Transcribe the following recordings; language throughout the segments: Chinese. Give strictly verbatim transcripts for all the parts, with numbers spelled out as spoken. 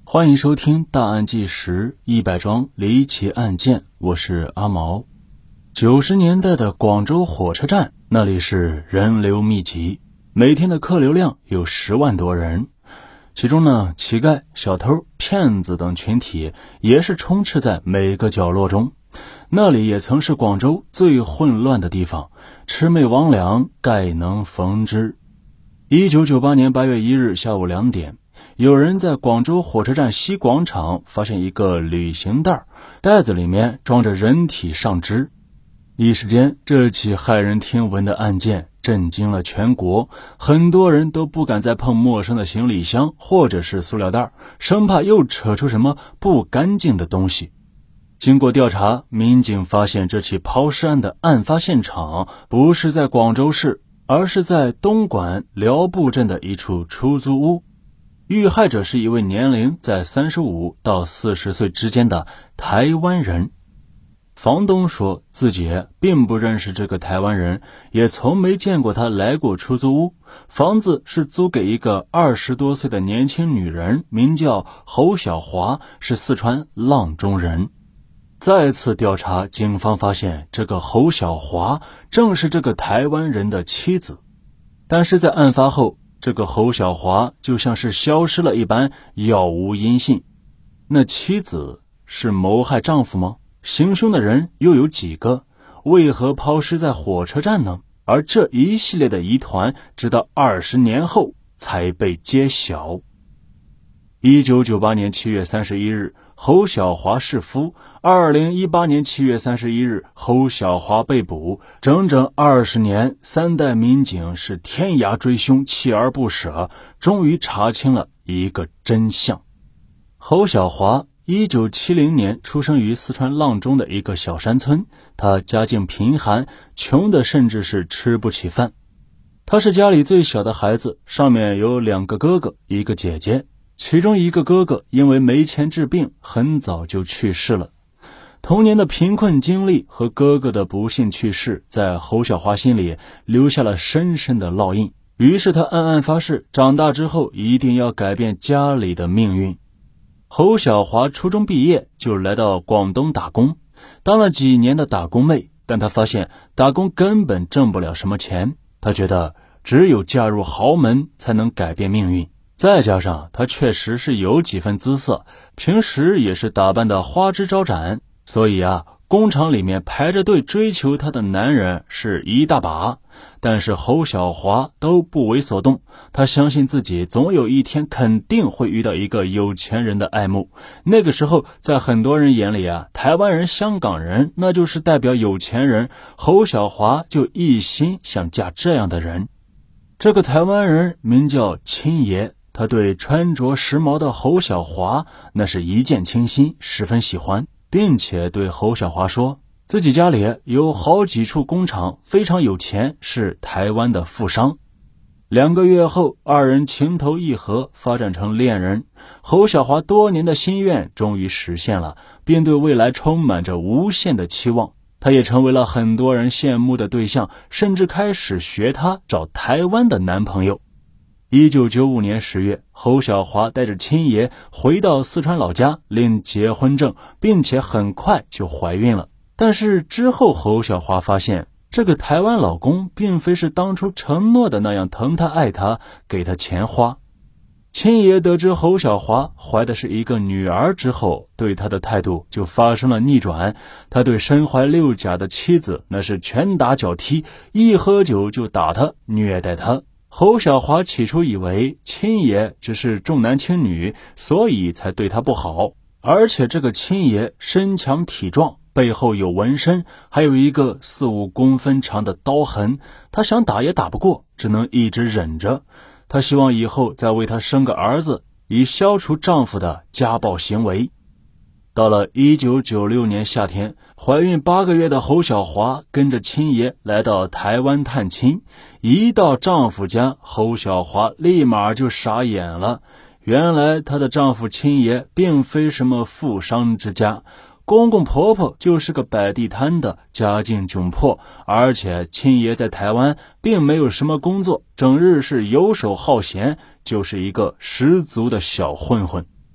欢迎收听大案纪实一百桩离奇案件，我是阿毛。九十年代的广州火车站，那里是人流密集，每天的客流量有十万多人。其中呢，乞丐、小偷、骗子等群体也是充斥在每个角落中。那里也曾是广州最混乱的地方，魑魅魍魉概能逢之。一九九八年八月一日下午两点，有人在广州火车站西广场发现一个旅行袋，袋子里面装着人体上肢。一时间，这起骇人听闻的案件震惊了全国，很多人都不敢再碰陌生的行李箱或者是塑料袋，生怕又扯出什么不干净的东西。经过调查，民警发现这起抛尸案的案发现场不是在广州市，而是在东莞寮步镇的一处出租屋。遇害者是一位年龄在三十五到四十岁之间的台湾人。房东说自己并不认识这个台湾人，也从没见过他来过出租屋。房子是租给一个二十多岁的年轻女人，名叫侯小华，是四川阆中人。再次调查，警方发现这个侯小华正是这个台湾人的妻子。但是在案发后，这个侯小华就像是消失了一般，杳无音信。那妻子是谋害丈夫吗？行凶的人又有几个？为何抛尸在火车站呢？而这一系列的疑团，直到二十年后才被揭晓。一九九八年七月三十一日，侯小华弑夫。二零一八年七月三十一日，侯小华被捕。整整二十年，三代民警是天涯追凶，锲而不舍，终于查清了一个真相。侯小华一九七零年出生于四川阆中的一个小山村，他家境贫寒，穷的甚至是吃不起饭。他是家里最小的孩子，上面有两个哥哥，一个姐姐。其中一个哥哥因为没钱治病，很早就去世了。童年的贫困经历和哥哥的不幸去世，在侯小华心里留下了深深的烙印。于是他暗暗发誓，长大之后一定要改变家里的命运。侯小华初中毕业就来到广东打工，当了几年的打工妹，但他发现打工根本挣不了什么钱。他觉得只有嫁入豪门才能改变命运。再加上他确实是有几分姿色，平时也是打扮的花枝招展，所以啊，工厂里面排着队追求他的男人是一大把。但是侯小华都不为所动，他相信自己总有一天肯定会遇到一个有钱人的爱慕。那个时候在很多人眼里啊，台湾人、香港人那就是代表有钱人，侯小华就一心想嫁这样的人。这个台湾人名叫亲爷，他对穿着时髦的侯小华那是一见倾心，十分喜欢，并且对侯小华说自己家里有好几处工厂，非常有钱，是台湾的富商。两个月后，二人情投意合，发展成恋人。侯小华多年的心愿终于实现了，并对未来充满着无限的期望。他也成为了很多人羡慕的对象，甚至开始学他找台湾的男朋友。一九九五年十月，侯小华带着亲爷回到四川老家领结婚证，并且很快就怀孕了。但是之后侯小华发现，这个台湾老公并非是当初承诺的那样疼她爱她，给她钱花。亲爷得知侯小华怀的是一个女儿之后，对她的态度就发生了逆转。他对身怀六甲的妻子那是拳打脚踢，一喝酒就打她，虐待她。侯小华起初以为亲爷只是重男轻女，所以才对他不好，而且这个亲爷身强体壮，背后有纹身，还有一个四五公分长的刀痕，他想打也打不过，只能一直忍着。他希望以后再为他生个儿子，以消除丈夫的家暴行为。到了一九九六年夏天，怀孕八个月的侯小华跟着亲爷来到台湾探亲。一到丈夫家，侯小华立马就傻眼了。原来她的丈夫亲爷并非什么富商之家，公公婆婆就是个摆地摊的，家境窘迫，而且亲爷在台湾并没有什么工作，整日是游手好闲，就是一个十足的小混混。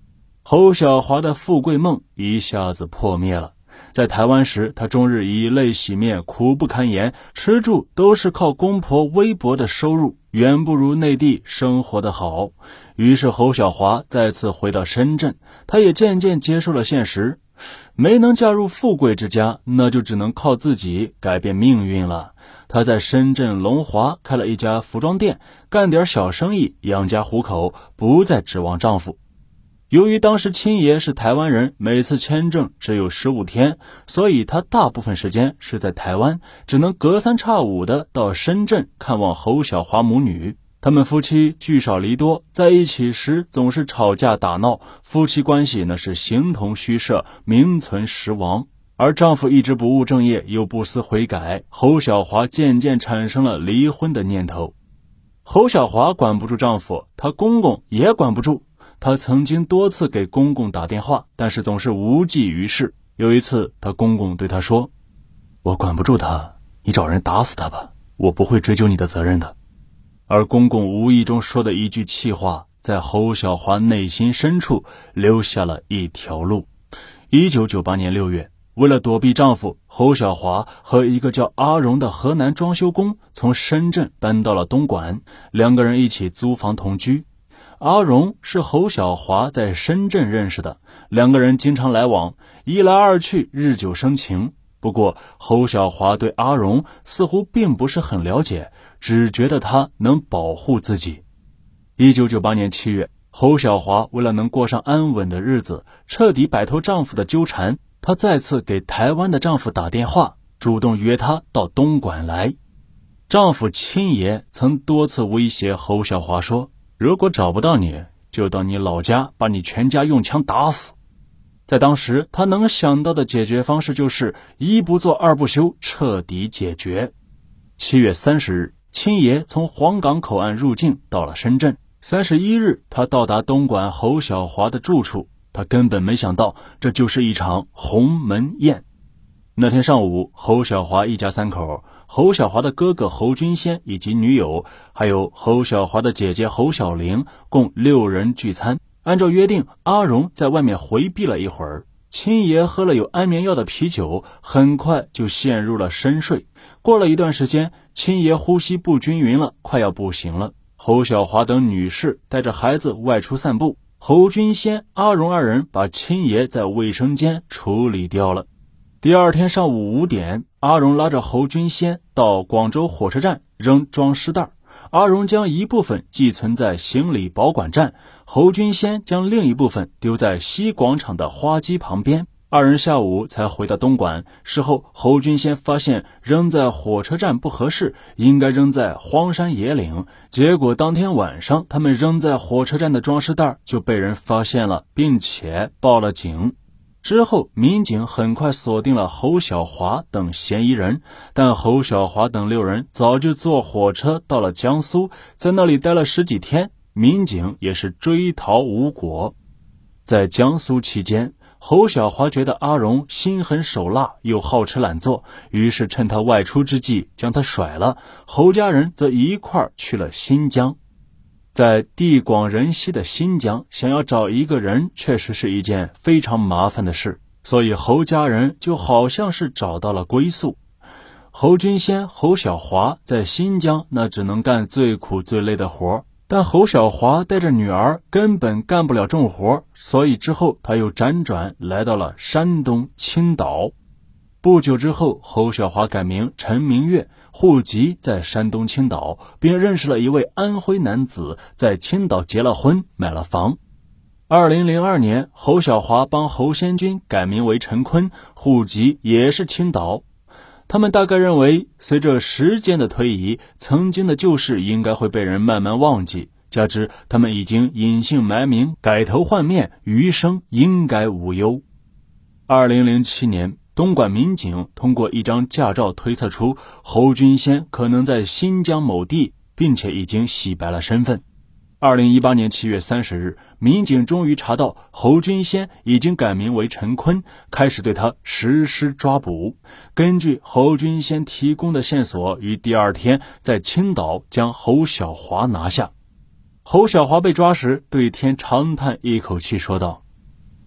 侯小华的富贵梦一下子破灭了。在台湾时，他终日以泪洗面，苦不堪言，吃住都是靠公婆微薄的收入，远不如内地生活的好。于是侯小华再次回到深圳，他也渐渐接受了现实，没能嫁入富贵之家，那就只能靠自己改变命运了。他在深圳龙华开了一家服装店，干点小生意养家糊口，不再指望丈夫。由于当时亲爷是台湾人，每次签证只有十五天，所以他大部分时间是在台湾，只能隔三差五的到深圳看望侯小华母女。他们夫妻聚少离多，在一起时总是吵架打闹，夫妻关系那是形同虚设，名存实亡。而丈夫一直不务正业，又不思悔改，侯小华渐渐产生了离婚的念头。侯小华管不住丈夫，她公公也管不住。她曾经多次给公公打电话，但是总是无济于事。有一次，她公公对她说：“我管不住她，你找人打死她吧，我不会追究你的责任的。”而公公无意中说的一句气话，在侯小华内心深处留下了一条路。一九九八年六月，为了躲避丈夫，侯小华和一个叫阿荣的河南装修工从深圳搬到了东莞，两个人一起租房同居。阿荣是侯小华在深圳认识的，两个人经常来往，一来二去，日久生情。不过侯小华对阿荣似乎并不是很了解，只觉得他能保护自己。一九九八年七月，侯小华为了能过上安稳的日子，彻底摆脱丈夫的纠缠，她再次给台湾的丈夫打电话，主动约他到东莞来。丈夫亲爷曾多次威胁侯小华说，如果找不到你，就到你老家把你全家用枪打死。在当时，他能想到的解决方式就是一不做二不休，彻底解决。七月三十日，亲爷从黄港口岸入境到了深圳。三十一日，他到达东莞侯小华的住处，他根本没想到这就是一场鸿门宴。那天上午，侯小华一家三口，侯小华的哥哥侯君先以及女友，还有侯小华的姐姐侯小玲，共六人聚餐。按照约定，阿荣在外面回避了一会儿，亲爷喝了有安眠药的啤酒，很快就陷入了深睡。过了一段时间，亲爷呼吸不均匀了，快要不行了。侯小华等女士带着孩子外出散步，侯君先、阿荣二人把亲爷在卫生间处理掉了。第二天上午五点，阿荣拉着侯君先到广州火车站扔装尸袋，阿荣将一部分寄存在行李保管站，侯君先将另一部分丢在西广场的花基旁边。二人下午才回到东莞，事后侯君先发现扔在火车站不合适，应该扔在荒山野岭，结果当天晚上他们扔在火车站的装尸袋就被人发现了，并且报了警。之后民警很快锁定了侯小华等嫌疑人，但侯小华等六人早就坐火车到了江苏，在那里待了十几天，民警也是追逃无果。在江苏期间，侯小华觉得阿荣心狠手辣又好吃懒做，于是趁他外出之际将他甩了，侯家人则一块儿去了新疆。在地广人稀的新疆，想要找一个人确实是一件非常麻烦的事，所以侯家人就好像是找到了归宿。侯君先、侯小华在新疆那只能干最苦最累的活，但侯小华带着女儿根本干不了重活，所以之后他又辗转来到了山东青岛。不久之后，侯小华改名陈明月，户籍在山东青岛，并认识了一位安徽男子，在青岛结了婚，买了房。二零零二年，侯小华帮侯先军改名为陈坤，户籍也是青岛。他们大概认为，随着时间的推移，曾经的旧事应该会被人慢慢忘记，加之他们已经隐姓埋名，改头换面，余生应该无忧。二零零七年，东莞民警通过一张驾照推测出侯君先可能在新疆某地，并且已经洗白了身份。二零一八年七月三十日，民警终于查到侯君先已经改名为陈坤，开始对他实施抓捕。根据侯君先提供的线索，于第二天在青岛将侯小华拿下。侯小华被抓时，对天长叹一口气说道：“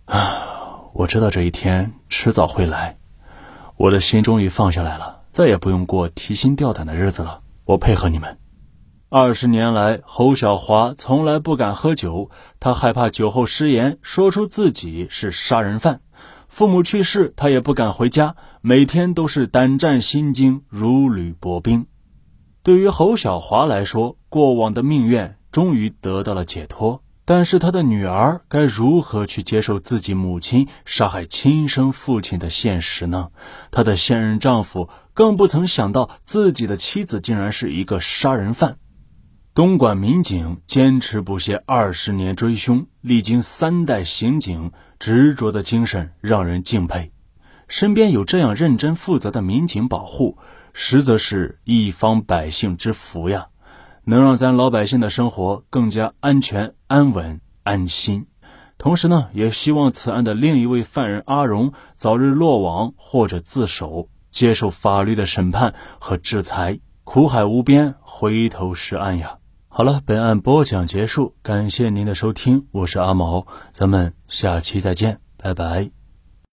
啊，我知道这一天迟早会来，我的心终于放下来了，再也不用过提心吊胆的日子了。我配合你们。二十年来，侯小华从来不敢喝酒，他害怕酒后失言，说出自己是杀人犯。父母去世，他也不敢回家，每天都是胆战心惊，如履薄冰。对于侯小华来说，过往的命运终于得到了解脱，但是他的女儿该如何去接受自己母亲杀害亲生父亲的现实呢？她的现任丈夫更不曾想到自己的妻子竟然是一个杀人犯。东莞民警坚持不懈二十年追凶，历经三代刑警，执着的精神让人敬佩。身边有这样认真负责的民警保护，实则是一方百姓之福呀，能让咱老百姓的生活更加安全、安稳、安心。同时呢，也希望此案的另一位犯人阿荣早日落网或者自首，接受法律的审判和制裁。苦海无边，回头是岸呀。好了，本案播讲结束，感谢您的收听，我是阿毛，咱们下期再见，拜拜。